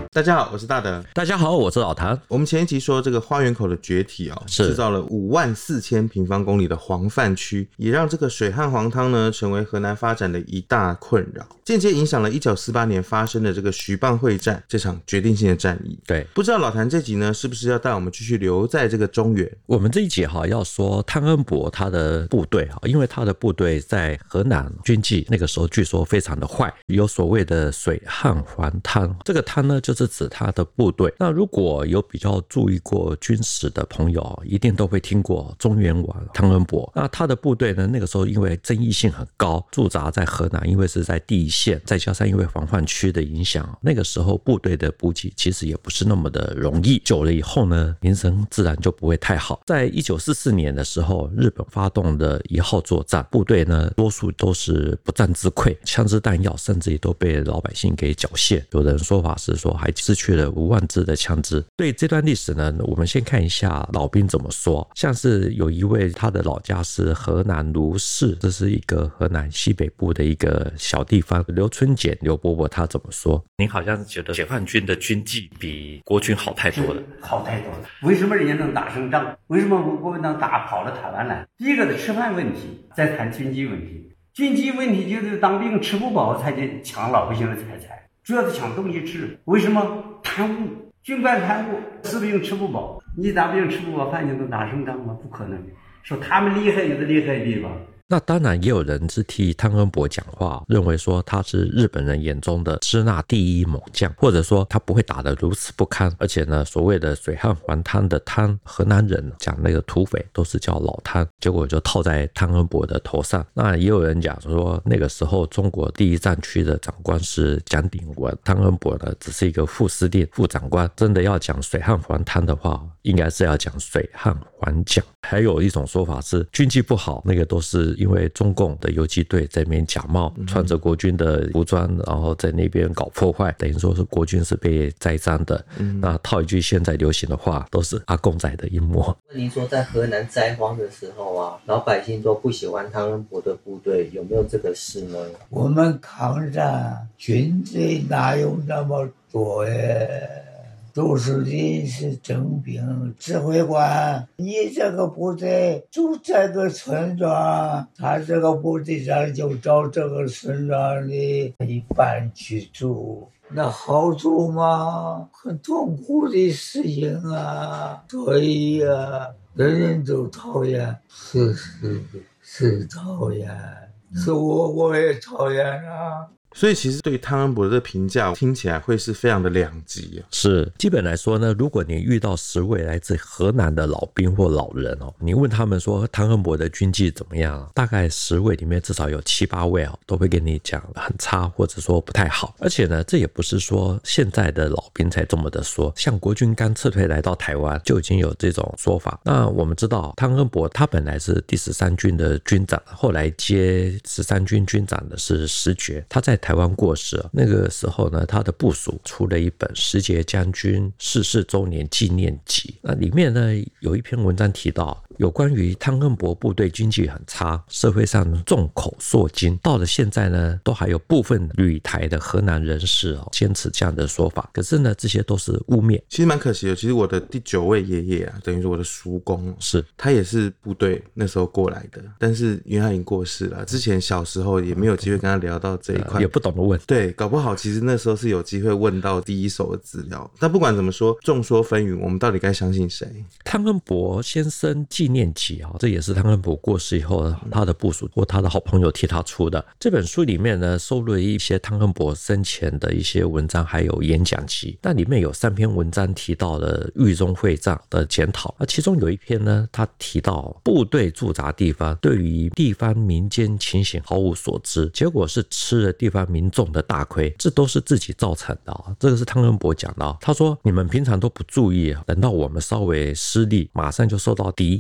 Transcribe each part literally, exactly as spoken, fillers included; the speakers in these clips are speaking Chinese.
大家好，我是大德。 大家好，我是老谭。 我们前一集说这个花园口的崛体哦，制造了五万四千平方公里的黄泛区，也让这个水旱黄汤呢成为河南发展的一大困扰，间接影响了一九四八年发生的这个徐蚌会战这场决定性的战役。 对， 不知道老谭这集呢是不是要带我们继续留在这个中原？ 我们这一集哈要说汤恩伯他的部队哈，因为他的部队在河南军纪那个时候据说非常的坏，有所谓的水旱黄汤，这个汤呢就是指他的部队。那如果有比较注意过军史的朋友，一定都会听过中原王汤恩伯。那他的部队呢，那个时候因为争议性很高，驻扎在河南，因为是在第一线，再加上因为防范区的影响，那个时候部队的补给其实也不是那么的容易。久了以后呢，名声自然就不会太好。在一九四四年的时候，日本发动的一号作战，部队呢多数都是不战自溃，枪支弹药甚至也都被老百姓给缴械。有人说法是说还失去了五万支的枪支。对这段历史呢，我们先看一下老兵怎么说。像是有一位他的老家是河南卢氏，这是一个河南西北部的一个小地方，刘春俭刘伯伯他怎么说？您好像是觉得解放军的军纪比国军好太多了。 好太多了。为什么人家能打胜仗？为什么国民党打跑了台湾来？第一个的吃饭问题，再谈军纪问题。军纪问题就是当兵吃不饱才去抢老百姓的财产，主要是抢东西吃。为什么？贪污，军官贪污，士兵吃不饱。你打兵吃不饱饭就能打胜仗吗？不可能。说他们厉害有的厉害的地方。 那当然也有人是替汤恩伯讲话，认为说他是日本人眼中的支那第一猛将，或者说他不会打得如此不堪。而且呢，所谓的水旱黄汤的汤，河南人讲那个土匪都是叫老汤，结果就套在汤恩伯的头上。那也有人讲说，那个时候中国第一战区的长官是蒋鼎文，汤恩伯呢只是一个副司令、副长官。真的要讲水旱黄汤的话，应该是要讲水旱黄奖。还有一种说法是军纪不好，那个都是因为中共的游击队在那边假冒，穿着国军的服装，然后在那边搞破坏，等于说是国军是被栽赃的。嗯、那套一句现在流行的话，都是阿共仔的阴谋。 您说在河南灾荒的时候啊，老百姓都不喜欢汤恩伯的部队，有没有这个事呢？ 我们抗战军队哪有那么多耶？都是临时征兵，指挥官，你这个部队住这个村庄，他这个部队上就找这个村庄里一半去住，那好住吗？很痛苦的事情啊，所以呀、啊，人人都讨厌，是是是讨厌，是我我也讨厌啊。 所以其实对汤恩伯的评价听起来会是非常的两极、啊、 是，基本来说呢，如果你遇到十位来自河南的老兵或老人哦，你问他们说汤恩伯的军纪怎么样，大概十位里面至少有七八位哦，都会跟你讲很差，或者说不太好。而且呢，这也不是说现在的老兵才这么的说，像国军刚撤退来到台湾就已经有这种说法。那我们知道汤恩伯他本来是第十三军的军长，后来接十三军军长的是石觉，他在台湾过世，那个时候呢，他的部属出了一本石觉将军逝世周年纪念集。那里面呢，有一篇文章提到有关于汤恩伯部队经济很差，社会上众口铄金，到了现在呢，都还有部分旅台的河南人士哦，坚持这样的说法。可是呢，这些都是污蔑。 其实蛮可惜的。其实我的第九位爷爷啊，等于是我的叔公， 是他也是部队那时候过来的，但是因为他已经过世了，之前小时候也没有机会跟他聊到这一块、 呃，也不懂得问。 对，搞不好其实那时候是有机会问到第一手的资料。但不管怎么说，众说纷纭，我们到底该相信谁？ 汤恩伯先生纪念集啊，这也是汤恩伯过世以后他的部属或他的好朋友替他出的。这本书里面呢，收录了一些汤恩伯生前的一些文章，还有演讲集。那里面有三篇文章提到了狱中会战的检讨，那其中有一篇呢，他提到部队驻扎地方对于地方民间情形毫无所知，结果是吃了地方民众的大亏，这都是自己造成的、哦、这个是汤恩伯讲的、哦、他说你们平常都不注意，等到我们稍微失利，马上就受到敌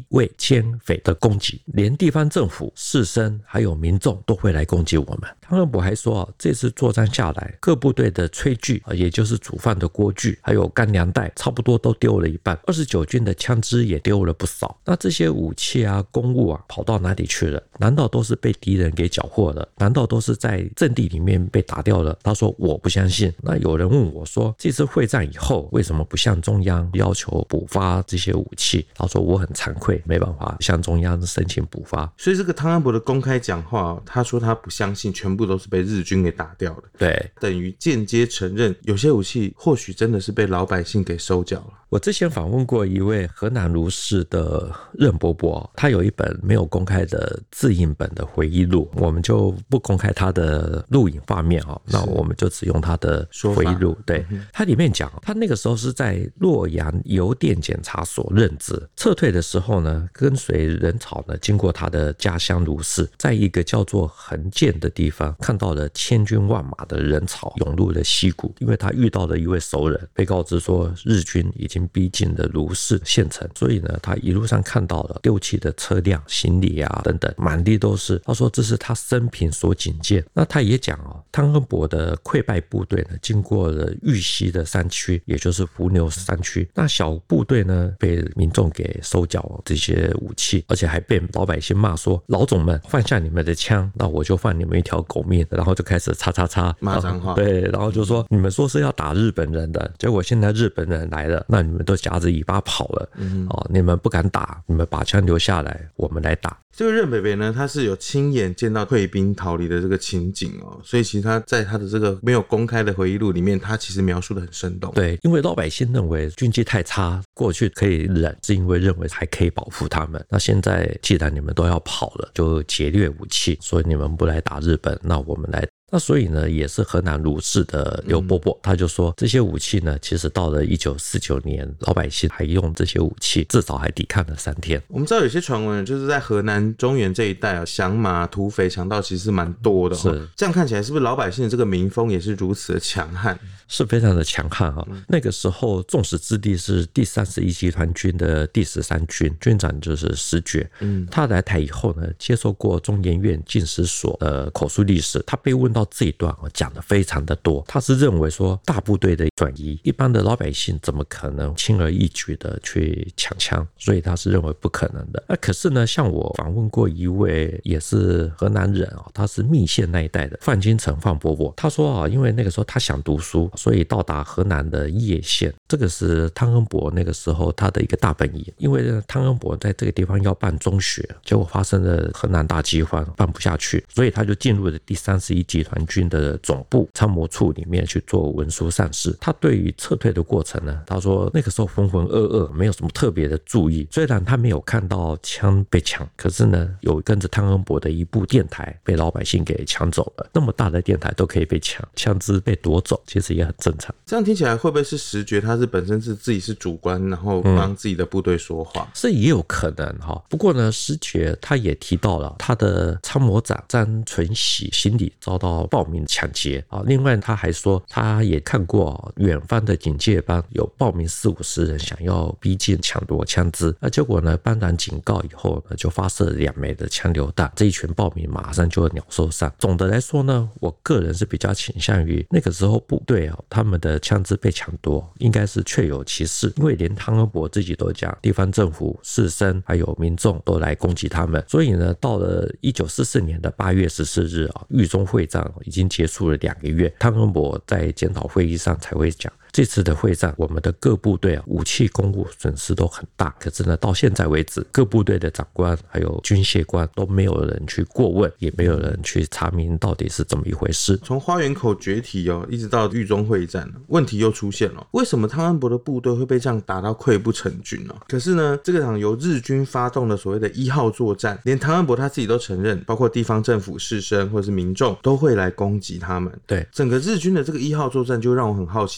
卫、奸匪的攻击，连地方政府、士绅还有民众都会来攻击我们。汤恩伯还说、啊、这次作战下来，各部队的炊具、啊、也就是煮饭的锅具还有干粮袋差不多都丢了一半，二十九军的枪支也丢了不少。那这些武器啊公物啊跑到哪里去了？难道都是被敌人给缴获了？难道都是在阵地里面被打掉了？他说我不相信。那有人问我说，这次会战以后为什么不向中央要求补发这些武器？他说我很惭愧，没办法向中央申请补发。 所以这个汤恩伯的公开讲话，他说他不相信全部都是被日军给打掉了， 对， 等于间接承认有些武器或许真的是被老百姓给收缴了。 我之前访问过一位河南卢氏的任伯伯，他有一本没有公开的自印本的回忆录，我们就不公开他的录影画面，那我们就只用他的回忆录。对，他里面讲他那个时候是在洛阳邮电检查所任职，撤退的时候呢，跟随人潮呢经过他的家乡卢氏，在一个叫做横涧的地方看到了千军万马的人潮涌入了溪谷，因为他遇到了一位熟人，被告知说日军已经逼近了卢氏县城，所以呢他一路上看到了丢弃的车辆、行李啊等等，满地都是。他说这是他生平所仅见。那他也讲哦，汤恩伯的溃败部队呢经过了玉溪的山区，也就是伏牛山区，那小部队呢被民众给收缴这些武器，而且还被老百姓骂说老总们放下你们的枪，那我就放你们一条狗命，然后就开始叉叉叉骂脏话。 对，然后就说你们说是要打日本人的，结果现在日本人来了，那你们都夹着尾巴跑了、嗯哦、你们不敢打，你们把枪留下来，我们来打。 这个任北北呢，他是有亲眼见到退兵逃离的这个情景哦，所以其实他在他的这个没有公开的回忆录里面，他其实描述的很生动。 对，因为老百姓认为军纪太差，过去可以忍，是因为认为还可以保护他们。那现在既然你们都要跑了，就劫掠武器，所以你们不来打日本，那我们来。那所以呢，也是河南卢氏的刘伯伯、嗯、他就说这些武器呢，其实到了一九四九年，老百姓还用这些武器，至少还抵抗了三天。 我们知道有些传闻就是在河南中原这一带啊，降马、土匪、强盗其实是蛮多的、哦。 是这样看起来，是不是老百姓的这个民风也是如此的强悍？ 是非常的强悍啊、哦嗯！那个时候众矢之的是第三十一集团军的第十三军，军长就是石觉。嗯，他来台以后呢，接受过中研院进士所的口述历史，他被问到这一段讲的非常的多。他是认为说大部队的转移，一般的老百姓怎么可能轻而易举的去抢枪？所以他是认为不可能的。那可是呢，像我访问过一位也是河南人啊，他是密县那一带的范金城范伯伯，他说啊，因为那个时候他想读书。所以到达河南的叶县，这个是汤恩伯那个时候他的一个大本营。因为汤恩伯在这个地方要办中学，结果发生了河南大饥荒，办不下去，所以他就进入了第三十一集团军的总部参谋处里面去做文书上事。他对于撤退的过程呢，他说那个时候浑浑噩噩，没有什么特别的注意。虽然他没有看到枪被抢，可是呢，有跟着汤恩伯的一部电台被老百姓给抢走了。那么大的电台都可以被抢，枪支被夺走，其实也很正常。 这样听起来会不会是石觉他是本身是自己是主官，然后帮自己的部队说话？ 是、嗯、也有可能哈。不过呢，石觉他也提到了他的参谋长张纯喜行李遭到暴民抢劫啊。另外他还说，他也看过远方的警戒班有暴民四五十人想要逼近抢夺枪支，那结果呢，班长警告以后呢，就发射了两枚的枪榴弹，这一群暴民马上就鸟兽散。总的来说呢，我个人是比较倾向于那个时候部队啊，他们的枪支被抢夺应该是确有其事，因为连汤恩伯自己都讲，地方政府、士绅还有民众都来攻击他们。所以呢，到了一九四四年的八月十四日啊，豫中会战已经结束了两个月，汤恩伯在检讨会议上才会讲，这次的会战，我们的各部队啊，武器公务损失都很大。可是呢，到现在为止，各部队的长官还有军械官都没有人去过问，也没有人去查明到底是怎么一回事。 从花园口决堤哦，一直到豫中会战，问题又出现了。为什么汤恩伯的部队会被这样打到溃不成军呢？可是呢，这个场由日军发动的所谓的一号作战，连汤恩伯他自己都承认，包括地方政府、士绅或是民众都会来攻击他们。 对， 整个日军的这个一号作战就让我很好奇，他到底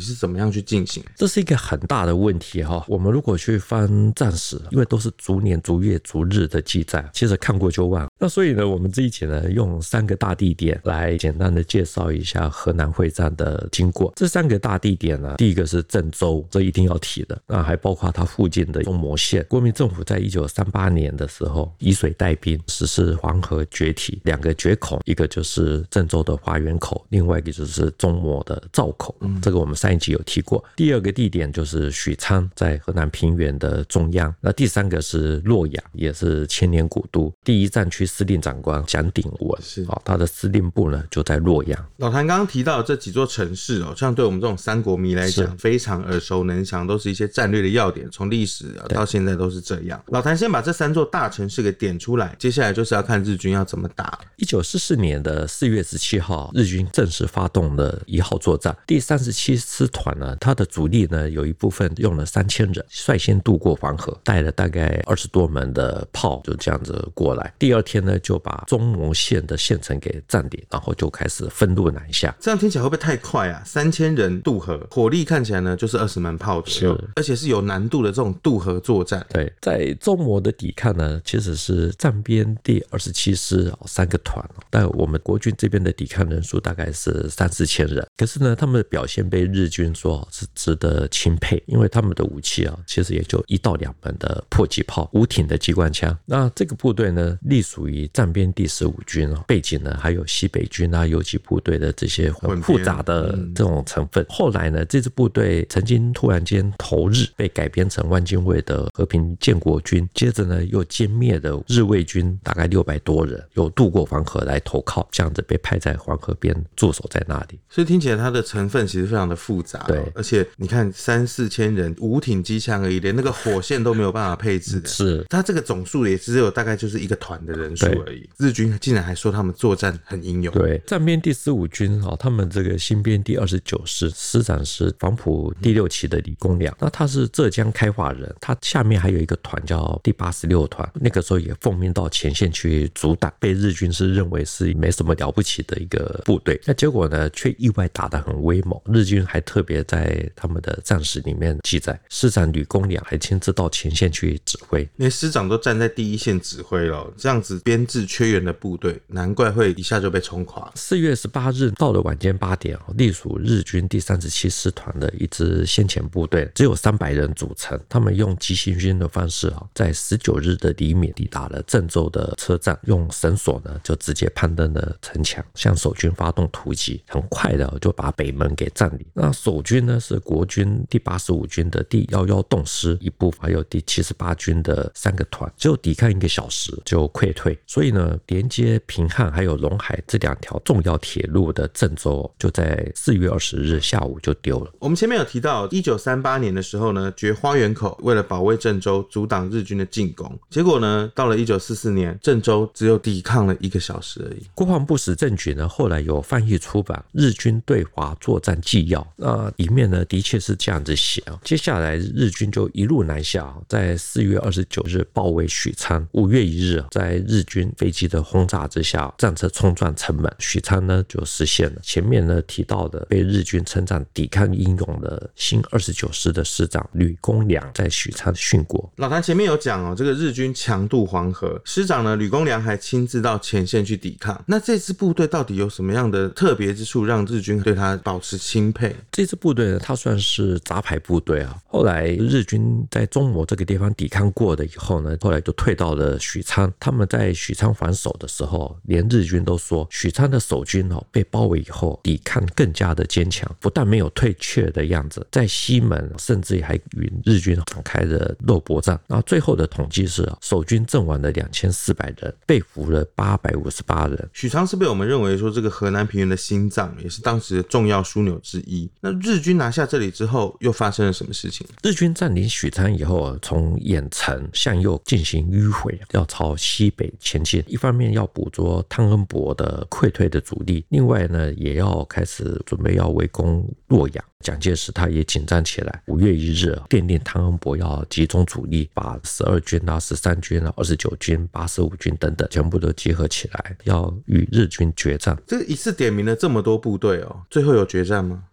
是怎么样去进行？ 这是一个很大的问题哈。我们如果去翻战史，因为都是逐年逐月逐日的记载，其实看过就忘。那所以呢，我们这一集呢，用三个大地点来简单的介绍一下河南会战的经过。这三个大地点呢，第一个是郑州，这一定要提的，那还包括它附近的中牟县。国民政府在一九三八年的时候以水带兵，实施黄河决堤，两个决口，一个就是郑州的花园口，另外一个就是中牟的赵口，嗯、这个我们上一集有提过。第二个地点就是许昌，在河南平原的中央。那第三个是洛阳，也是千年古都，第一战区司令长官蒋鼎文，是、哦、他的司令部呢就在洛阳。 老谭刚刚提到的这几座城市哦，像对我们这种三国迷来讲非常耳熟能详，都是一些战略的要点，从历史到现在都是这样。老谭先把这三座大城市给点出来，接下来就是要看日军要怎么打。 一九四四年的四月十七号，日军正式发动了一号作战。第三十七师团呢，它的主力呢有一部分用了三千人，率先渡过黄河，带了大概二十多门的炮，就这样子过来。第二天呢，就把中牟县的县城给占领，然后就开始分路南下。 这样听起来会不会太快啊？三千人渡河，火力看起来呢就是二十门炮左右，而且是有难度的这种渡河作战。 对，在中牟的抵抗呢，其实是战边第二十七师三个团，但我们国军这边的抵抗人数大概是三四千人。可是呢，他们的表现被日军说是值得钦佩，因为他们的武器啊，其实也就一到两门的迫击炮、无挺的机关枪。那这个部队呢，隶属于战边第十五军哦，背景呢还有西北军啊、游击部队的这些很复杂的这种成分。后来呢，这支部队曾经突然间投日，被改编成汪精卫的和平建国军，接着呢又歼灭了日伪军大概六百多人，又渡过黄河来投靠，这样子被派在黄河边驻守在那里。 所以听起来它的成分其实非常的复杂、哦， 对， 而且你看三四千人无挺机枪而已，连那个火线都没有办法配置的， 是它这个总数也只有大概就是一个团的人数而已。日军竟然还说他们作战很英勇。 对，战边第十五军、哦、他们这个新编第二十九师师长是黄埔第六期的李公良，那他是浙江开化人，他下面还有一个团叫第八十六团，那个时候也奉命到前线去阻挡，被日军是认为是没什么了不起的一个部队。那结果呢，却意外打得很威猛，日军还特别在他们的战史里面记载，师长吕公良还亲自到前线去指挥， 连师长都站在第一线指挥了，这样子编制缺员的部队，难怪会一下就被冲垮。 四月十八日到了晚间八点，隶属日军第三十七师团的一支先遣部队，只有三百人组成，他们用急行军的方式，在十九日的黎明抵达了郑州的车站，用绳索呢就直接攀登了城墙，向守军发动突击，很快的就把北门给占领。那守军呢是国军第八十五军的第一一洞师一部，还有第七十八军的三个团，只有抵抗一个小时就溃退。所以呢，连接平汉还有陇海这两条重要铁路的郑州，就在四月二十日下午就丢了。 我们前面有提到一九三八年的时候呢，决花园口，为了保卫郑州，阻挡日军的进攻。结果呢，到了一九四四年，郑州只有抵抗了一个小时而已。 国防部史政局呢，后来有翻译出版《日军对华作战纪要》，那里面呢，的确是这样子写。接下来日军就一路南下，在四月二十九日包围许昌，五月一日，在日军飞机的轰炸之下，战车冲撞城门，许昌呢就实现了。前面呢提到的被日军称赞抵抗英勇的新二十九师的师长吕公良在许昌殉国。 老谭前面有讲哦，这个日军强渡黄河，师长呢吕公良还亲自到前线去抵抗。那这支部队到底有什么样的特别之处，让日军对他保持钦佩？ 这支部队呢，它算是杂牌部队啊。后来日军在中牟这个地方抵抗过的以后呢，后来就退到了许昌。他们在许昌防守的时候，连日军都说许昌的守军哦被包围以后抵抗更加的坚强，不但没有退却的样子，在西门甚至还与日军展开了肉搏战。然后最后的统计是守军阵亡了两千四百人，被俘了八百五十八人。 许昌是被我们认为说这个河南平原的心脏，也是当时的重要枢纽之一。那日军拿下这里之后又发生了什么事情？ 日军占领许昌以后，从兖城向右进行迂回，要朝西北前进。一方面要捕捉汤恩伯的溃退的主力，另外呢也要开始准备要围攻洛阳。蒋介石他也紧张起来，五月一日电令汤恩伯要集中主力，把十二军啊、十三军啊、二十九军、八十五军等等全部都集合起来，要与日军决战。 这一次点名了这么多部队哦，最后有决战吗？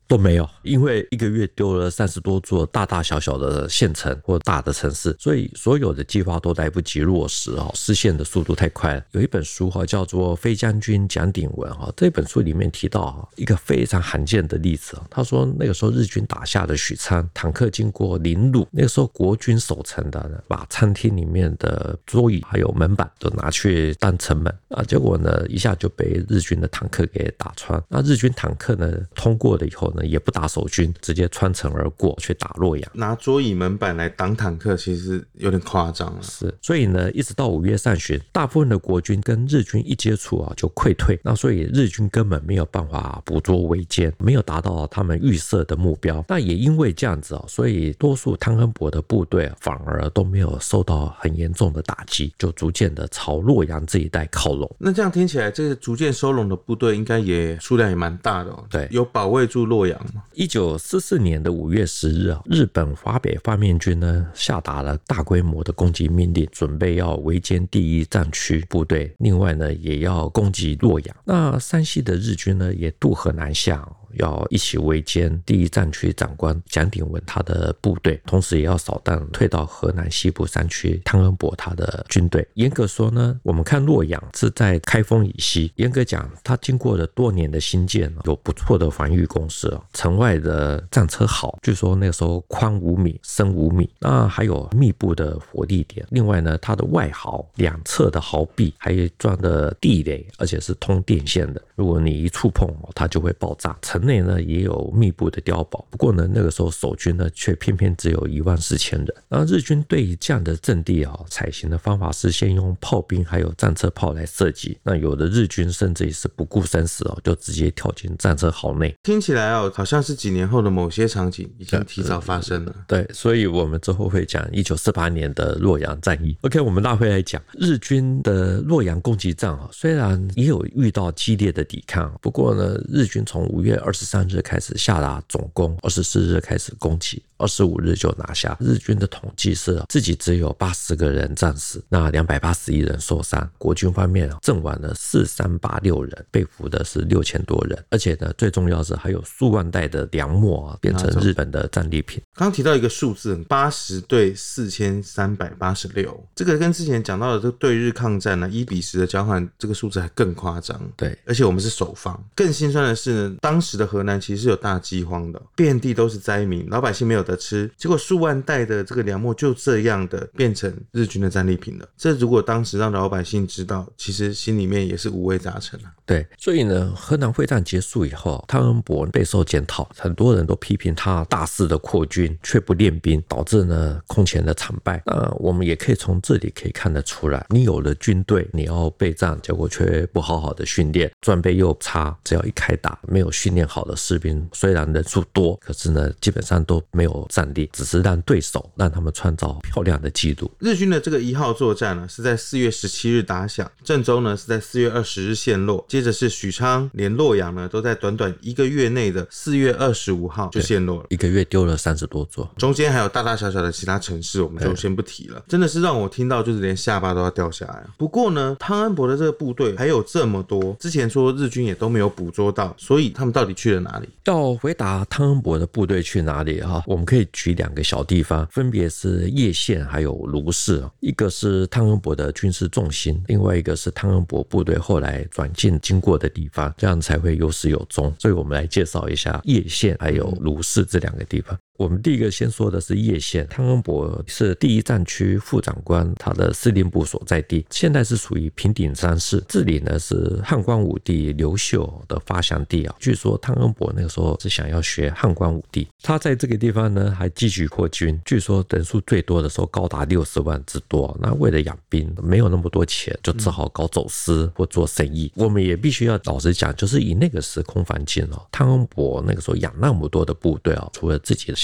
都没有，因为一个月丢了三十多座大大小小的县城或大的城市，所以所有的计划都来不及落实哦，实现的速度太快了。有一本书哈叫做《飞将军讲鼎文》哈，这本书里面提到哈一个非常罕见的例子，他说那个时候日军打下了许昌，坦克经过林路，那个时候国军守城的把餐厅里面的桌椅还有门板都拿去当城门啊，结果呢一下就被日军的坦克给打穿。那日军坦克呢通过了以后呢，也不打守军，直接穿城而过去打洛阳。 拿桌椅门板来挡坦克，其实有点夸张了。 是，所以呢，一直到五月上旬，大部分的国军跟日军一接触啊，就溃退。那所以日军根本没有办法捕捉围歼，没有达到他们预设的目标。那也因为这样子啊，所以多数汤恩伯的部队、啊、反而都没有受到很严重的打击，就逐渐的朝洛阳这一带靠拢。 那这样听起来，这个逐渐收拢的部队应该也数量也蛮大的哦。 对， 有保卫住洛阳吗？ 一九四四年的五月十日啊，日本华北方面军呢下达了大规模的攻击命令，准备要围歼第一战区部队，另外呢也要攻击洛阳。那山西的日军呢也渡河南下，要一起围歼第一战区长官蒋鼎文他的部队，同时也要扫荡退到河南西部山区汤恩伯他的军队。严格说呢，我们看洛阳是在开封以西，严格讲它经过了多年的兴建，有不错的防御工事，城外的战车壕据说那个时候宽五米深五米，那还有密布的火力点。另外呢，它的外壕两侧的壕壁还装的地雷，而且是通电线的，如果你一触碰它就会爆炸。城内呢也有密布的碉堡，不过呢那个时候守军呢却偏偏只有一万四千人。那日军对于这样的阵地啊，采行的方法是先用炮兵还有战车炮来射击，那有的日军甚至也是不顾生死哦，就直接跳进战车壕内。 听起来哦，好像是几年后的某些场景已经提早发生了。 对，所以我们之后会讲一九四八年的洛阳战役。 OK， 我们拉回来讲日军的洛阳攻击战啊，虽然也有遇到激烈的抵抗，不过呢日军从五月二十三日开始下达总攻，二十四日开始攻击，二十五日就拿下。日军的统计是自己只有八十个人战死，那两百八十一人受伤。国军方面阵亡了四三八六人，被俘的是六千多人，而且呢最重要是还有数万袋的粮秣啊变成日本的战利品。 刚提到一个数字，八十对四千三百八十六，这个跟之前讲到的这个对日抗战呢一比十的交换，这个数字还更夸张。 对， 而且我们是守方。更心酸的是呢，当时的河南其实是有大饥荒的，遍地都是灾民，老百姓没有得吃，结果数万袋的这个粮秣就这样的变成日军的战利品了。这如果当时让老百姓知道，其实心里面也是五味杂陈啊。 对，所以呢，河南会战结束以后，汤恩伯备受检讨，很多人都批评他大肆的扩军却不练兵，导致呢空前的惨败。那我们也可以从这里可以看得出来，你有了军队，你要备战，结果却不好好的训练，装备又差，只要一开打，没有训练好的士兵，虽然人数多，可是呢基本上都没有战力，只是让对手让他们创造漂亮的纪录。 日军的这个一号作战呢，是在四月十七日打响，郑州呢是在四月二十日陷落，接着是许昌，连洛阳呢都在短短一个月内的四月二十五号就陷落了， 一个月丢了三十多座， 中间还有大大小小的其他城市，我们就先不提了。真的是让我听到就是连下巴都要掉下来。不过呢，汤恩伯的这个部队还有这么多，之前说日军也都没有捕捉到，所以他们到底去了哪里？ 要回答汤恩伯的部队去哪里哈，我们可以举两个小地方，分别是叶县还有卢氏。一个是汤恩伯的军事重心，另外一个是汤恩伯部队后来转进经过的地方，这样才会有始有终。所以我们来介绍一下叶县还有卢氏这两个地方。我们第一个先说的是叶县，汤恩伯是第一战区副长官他的司令部所在地，现在是属于平顶山市。这里呢是汉光武帝刘秀的发祥地啊。据说汤恩伯那个时候是想要学汉光武帝，他在这个地方呢还继续扩军，据说人数最多的时候高达六十万之多。那为了养兵，没有那么多钱，就只好搞走私或做生意。我们也必须要老实讲，就是以那个时空环境哦，汤恩伯那个时候养那么多的部队啊，除了自己的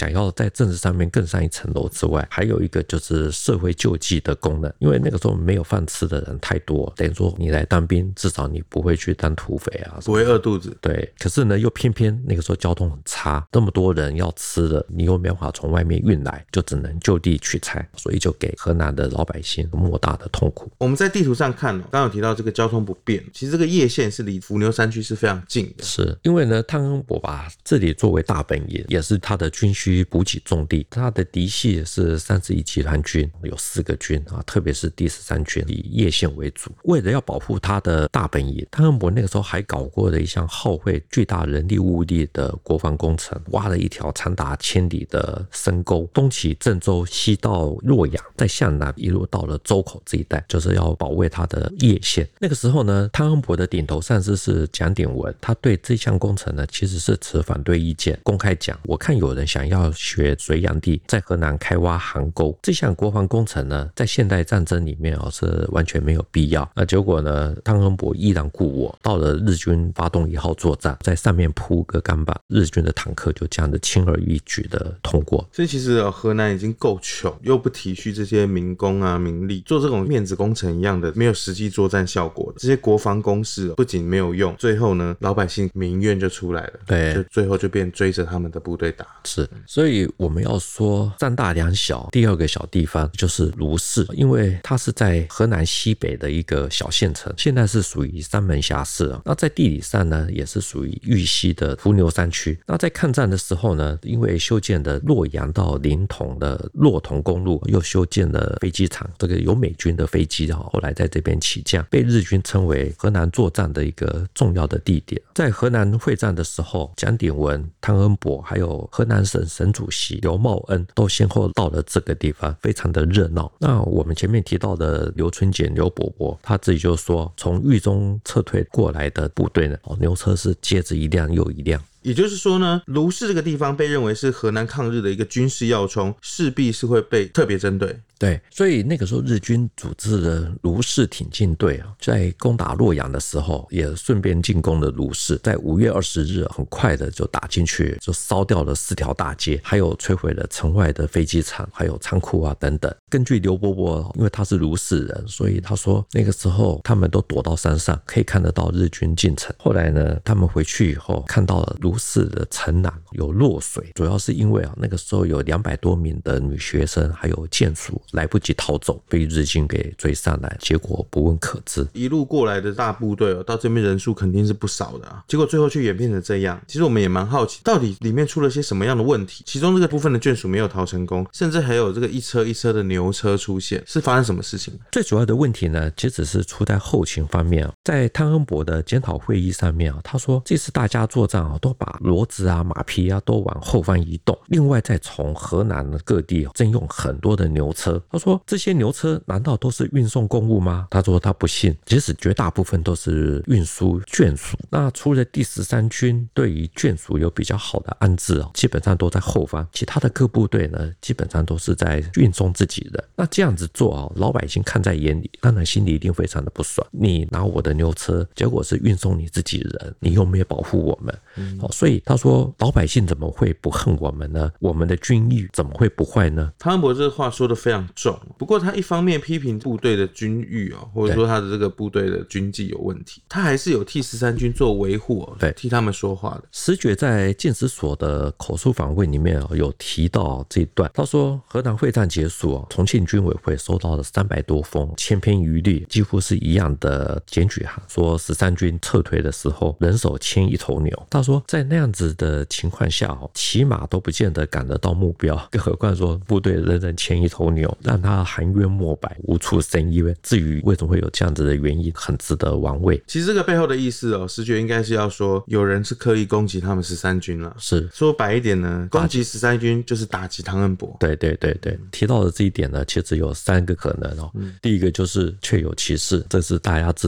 想要在政治上面更上一层楼之外，还有一个就是社会救济的功能。因为那个时候没有饭吃的人太多，等于说你来当兵，至少你不会去当土匪啊， 不会饿肚子。 对，可是呢，又偏偏那个时候交通很差，这么多人要吃的，你又没办法从外面运来，就只能就地取材，所以就给河南的老百姓莫大的痛苦。 我们在地图上看，刚刚有提到这个交通不便，其实这个叶县是离伏牛山区是非常近的。 是因为呢，汤恩伯把这里作为大本营，也是他的军需补给重地。他的嫡系是三十一集团军，有四个军啊，特别是第十三军以叶县为主。为了要保护他的大本营，汤恩伯那个时候还搞过了一项耗费巨大人力物力的国防工程，挖了一条长达千里的深沟，东起郑州，西到洛阳，再向南一路到了周口这一带，就是要保卫他的叶县。那个时候呢，汤恩伯的顶头上司是蒋鼎文，他对这项工程呢其实是持反对意见，公开讲，我看有人想要学隋炀帝在河南开挖邗沟，这项国防工程呢在现代战争里面、哦、是完全没有必要。那结果呢，汤恩伯依然故我，到了日军发动一号作战，在上面铺个钢板，日军的坦克就这样的轻而易举的通过。 所以其实、哦、河南已经够穷，又不体恤这些民工啊民力，做这种面子工程一样的没有实际作战效果的这些国防工事、哦、不仅没有用，最后呢老百姓民怨就出来了， 对， 就最后就变追着他们的部队打。 是，所以我们要说战大两小，第二个小地方就是卢氏，因为它是在河南西北的一个小县城，现在是属于三门峡市啊。那在地理上呢，也是属于豫西的伏牛山区。那在抗战的时候呢，因为修建的洛阳到临潼的洛潼公路，又修建了飞机场，这个有美军的飞机后来在这边起降，被日军称为河南作战的一个重要的地点。在河南会战的时候，蒋鼎文、汤恩伯还有河南省省主席刘茂恩都先后到了这个地方，非常的热闹。那我们前面提到的刘春俭刘伯伯，他自己就说，从豫中撤退过来的部队呢，牛车是接着一辆又一辆。 也就是说呢，卢氏这个地方被认为是河南抗日的一个军事要冲，势必是会被特别针对。 对，所以那个时候日军组织了卢氏挺进队啊，在攻打洛阳的时候，也顺便进攻了卢氏。在五月二十日，很快的就打进去，就烧掉了四条大街，还有摧毁了城外的飞机场，还有仓库啊等等。根据刘伯伯，因为他是卢氏人，所以他说那个时候他们都躲到山上，可以看得到日军进城。后来呢，他们回去以后看到了卢氏的城南有落水，主要是因为啊那个时候有两百多名的女学生还有眷属来不及逃走，被日军给追上来，结果不问可知。 一路过来的大部队、哦、到这边人数肯定是不少的啊，结果最后却演变成这样。其实我们也蛮好奇，到底里面出了些什么样的问题？其中这个部分的眷属没有逃成功，甚至还有这个一车一车的牛车出现，是发生什么事情？ 最主要的问题呢，其实是出在后勤方面。在汤恩伯的检讨会议上面，他说这次大家作战都把骡子啊马匹啊都往后方移动，另外再从河南的各地征用很多的牛车。他说这些牛车难道都是运送公务吗？他说他不信，其实绝大部分都是运输眷属。那除了第十三军对于眷属有比较好的安置，基本上都在后方，其他的各部队呢基本上都是在运送自己人。那这样子做，老百姓看在眼里，当然心里一定非常的不爽。你拿我的牛车，结果是运送你自己人，你又没有保护我们、嗯、所以他说老百姓怎么会不恨我们呢？我们的军誉怎么会不坏呢？ 汤恩伯这话说得非常重，不过他一方面批评部队的军誉、哦、或者说他的这个部队的军纪有问题，他还是有替十三军做维护、哦、对，替他们说话的。 石觉在建史所的口述访问里面、哦、有提到这一段，他说河南会战结束、哦、重庆军委会收到了三百多封千篇一律几乎是一样的检举函，说十三军撤退的时候人手牵一头牛。他说在那样子的情况下、哦、骑马都不见得赶得到目标，更何况说部队人人牵一头牛，让他含冤莫白，无处申冤。至于为什么会有这样子的原因，很值得玩味。 其实这个背后的意思哦，石觉应该是要说有人是刻意攻击他们十三军了。 是说白一点呢，攻击十三军就是打击汤恩伯。 对对对对，提到的这一点呢，其实有三个可能哦。嗯、第一个就是确有其事，这是大家自动自发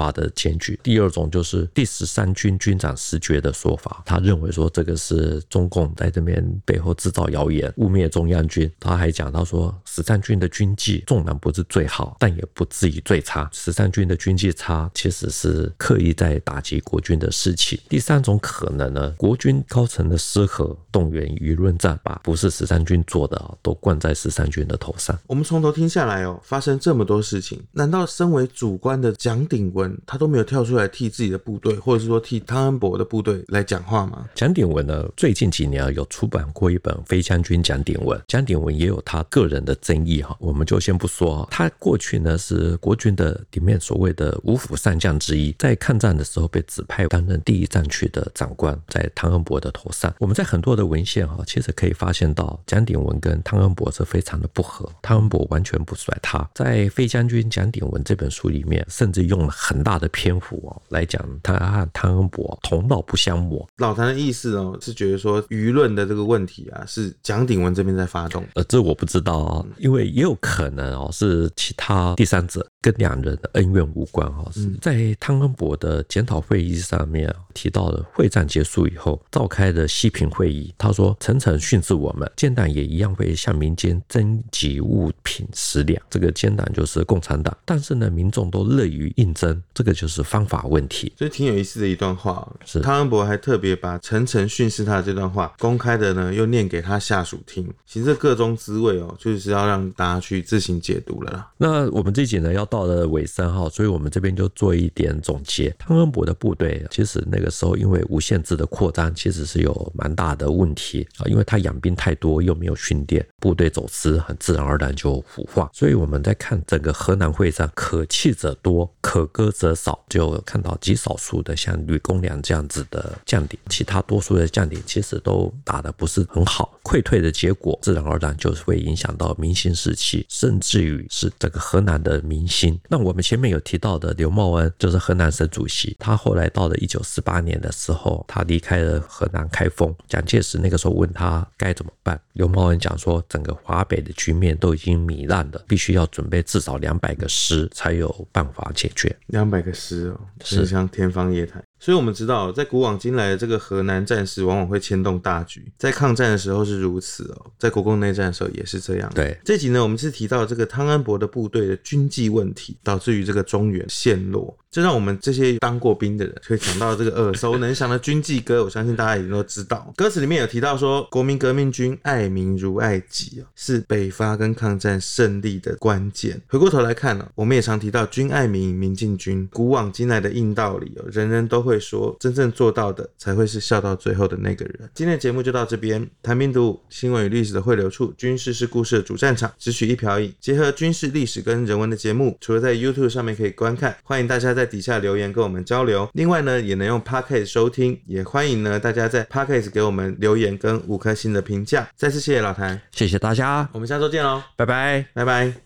发的检举。第二种就是第十三军军长石觉的说法，他认为说这个是中共在这边背后制造谣言，污蔑中央军。他还讲到说十三军的军纪纵然不是最好，但也不至于最差，十三军的军纪差其实是刻意在打击国军的士气。第三种可能呢，国军高层的失和动员舆论战，把不是十三军做的、哦、都灌在十三军的头上。 我们从头听下来哦，发生这么多事情，难道身为主官的蒋鼎文他都没有跳出来替自己的部队，或者是说替汤恩伯的部队来讲话吗？ 蒋鼎文呢，最近几年有出版过一本《飞将军蒋鼎文》，蒋鼎文也有他个人的争议哈，我们就先不说。他过去呢是国军的里面所谓的五虎上将之一，在抗战的时候被指派担任第一战区的长官，在汤恩伯的头上。我们在很多的文献哈，其实可以发现到蒋鼎文跟汤恩伯是非常的不合，汤恩伯完全不甩他。在《飞将军蒋鼎文》这本书里面，甚至用了很大的篇幅哦来讲他和汤恩伯同道不相谋。 老谭的意思哦，是觉得说舆论的这个问题啊，是蒋鼎文这边在发动。 呃，这我不知道哦，因为也有可能哦是其他第三者跟两人的恩怨无关哦。嗯、在汤恩伯的检讨会议上面提到了，会战结束以后召开的西平会议，他说层层训斥我们，建党也一样会向民间征集物品食粮，这个建党就是共产党，但是呢民众都乐于应征，这个就是方法问题。 所以挺有意思的一段话， 是汤恩伯还特别把层层训斥他的这段话公开的呢又念给他下属听，其实这个中滋味哦，就是要让大家去自行解读了啦。 那我们这一集呢要到了尾声哈，所以我们这边就做一点总结。汤恩伯的部队其实那个时候因为无限制的扩张，其实是有蛮大的问题啊，因为他养兵太多又没有训练，部队走私很自然而然就腐化。所以我们在看整个河南会战，可弃者多，可割者少，就看到极少数的像吕公良这样子的将领，其他多数的将领其实都打得不是很好，溃退的结果自然而然就是会影响到民心士气，甚至于是整个河南的民心。那我们前面有提到的刘茂恩就是河南省主席，他后来到了一九四八年的时候，他离开了河南开封，蒋介石那个时候问他该怎么办，刘茂恩讲说整个华北的局面都已经糜烂了，必须要准备至少两百个师才有办法解决。 两百个师哦，是像天方夜谭。所以我们知道在古往今来的这个河南战事往往会牵动大局，在抗战的时候是如此哦，在国共内战的时候也是这样。 对， 这集呢我们是提到这个汤恩伯的部队的军纪问题，导致于这个中原陷落，这让我们这些当过兵的人可以想到这个耳熟能详的军纪歌，我相信大家已经都知道。歌词里面有提到说，国民革命军爱民如爱己，是北伐跟抗战胜利的关键。回过头来看呢，我们也常提到军爱民，民敬军，古往今来的硬道理，人人都会说，真正做到的才会是笑到最后的那个人。今天的节目就到这边，谈兵读武，新闻与历史的汇流处，军事是故事的主战场，只取一瓢饮，结合军事历史跟人文的节目，除了在 YouTube 上面可以观看，欢迎大家在底下留言跟我们交流，另外呢也能用 Podcast 收听，也欢迎呢大家在 Podcast 给我们留言跟五颗星的评价。再次谢谢老谭， 谢谢大家， 我们下周见咯， 拜拜， 拜拜。